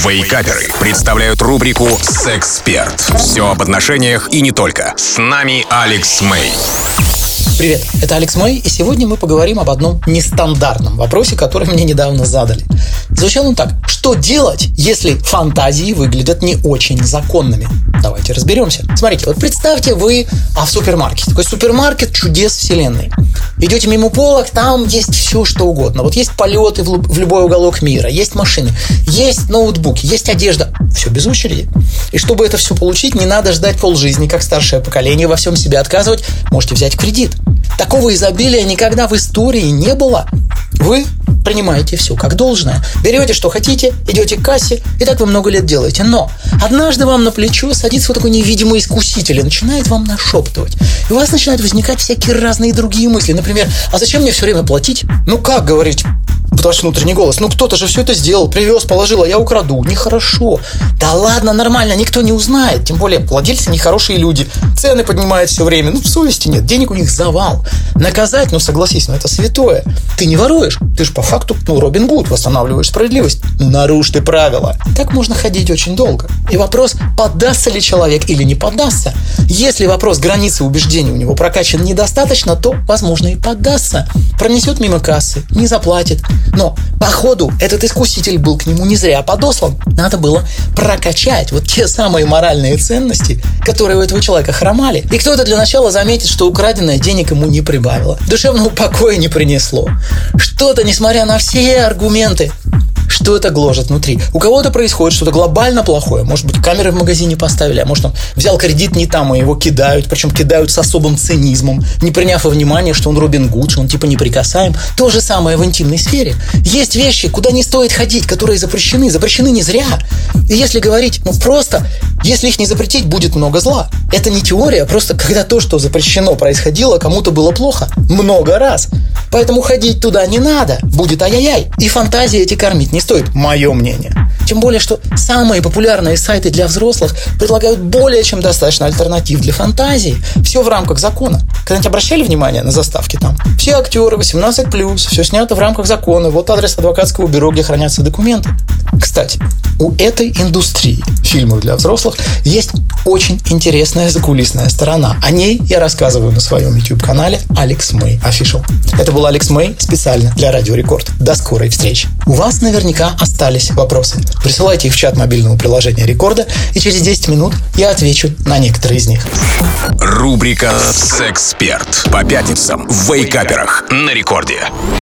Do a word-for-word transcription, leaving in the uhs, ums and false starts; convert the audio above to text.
Вейкаперы представляют рубрику «Сексперт». Все об отношениях и не только. С нами Алекс Мэй. Привет, это Алекс Мэй, и сегодня мы поговорим об одном нестандартном вопросе, который мне недавно задали. Звучал он так: что делать, если фантазии выглядят не очень законными? Давайте разберемся. Смотрите, вот представьте, вы а в супермаркете. Такой супермаркет чудес вселенной. Идете мимо полок, там есть все, что угодно. Вот есть полеты в, в любой уголок мира, есть машины, есть ноутбуки, есть одежда. Все без очереди. И чтобы это все получить, не надо ждать полжизни, как старшее поколение, во всем себе отказывать. Можете взять кредит. Такого изобилия никогда в истории не было. Вы принимаете все как должное. Берете, что хотите, идете к кассе, и так вы много лет делаете. Но однажды вам на плечо садится вот такой невидимый искуситель и начинает вам нашептывать. И у вас начинают возникать всякие разные другие мысли. Например, а зачем мне все время платить? Ну как, говорить ваш внутренний голос? Ну кто-то же все это сделал, привез, положил, а я украду. Нехорошо. Да ладно, нормально, никто не узнает. Тем более владельцы нехорошие люди. Цены поднимают все время. Ну совести нет, денег у них завал. Наказать, ну согласись, ну это святое. Ты не воруешь, ты же по факту, ну Робин Гуд, восстанавливаешь справедливость. Ну нарушь ты правила. Так можно ходить очень долго. И вопрос, поддастся ли человек или не поддастся. Если вопрос границы убеждений у него прокачан недостаточно, то, возможно, и поддастся. Пронесет мимо кассы, не заплатит. Но, походу, этот искуситель был к нему не зря подослан. Надо было прокачать вот те самые моральные ценности, которые у этого человека хромали. И кто-то для начала заметит, что украденное денег ему не прибавило, душевного покоя не принесло. Что-то, несмотря на все аргументы, что-то гложет внутри. У кого-то происходит что-то глобально плохое. Может быть, камеры в магазине поставили, а может, он взял кредит не там, и его кидают. Причем кидают с особым цинизмом, не приняв во внимание, что он Робин Гуд, что он типа неприкасаем. То же самое в интимной сфере. Есть вещи, куда не стоит ходить, которые запрещены. Запрещены не зря. И если говорить, ну просто, если их не запретить, будет много зла. Это не теория, а просто когда то, что запрещено, происходило, кому-то было плохо. Много раз. Поэтому ходить туда не надо. Будет ай-яй-яй. И фантазии эти кормить не стоит, мое мнение. Тем более, что самые популярные сайты для взрослых предлагают более чем достаточно альтернатив для фантазии. Все в рамках закона. Когда-нибудь обращали внимание на заставки там? Все актеры восемнадцать плюс, все снято в рамках закона. Вот адрес адвокатского бюро, где хранятся документы. Кстати, у этой индустрии фильмов для взрослых есть очень интересная закулисная сторона. О ней я рассказываю на своем YouTube-канале Алекс Мэй Official. Это был Алекс Мэй специально для Радио Рекорд. До скорой встречи. У вас наверняка остались вопросы. Присылайте их в чат мобильного приложения Рекорда, и через десять минут я отвечу на некоторые из них. Рубрика «Сексперт» по пятницам в Вейкаперах на Рекорде.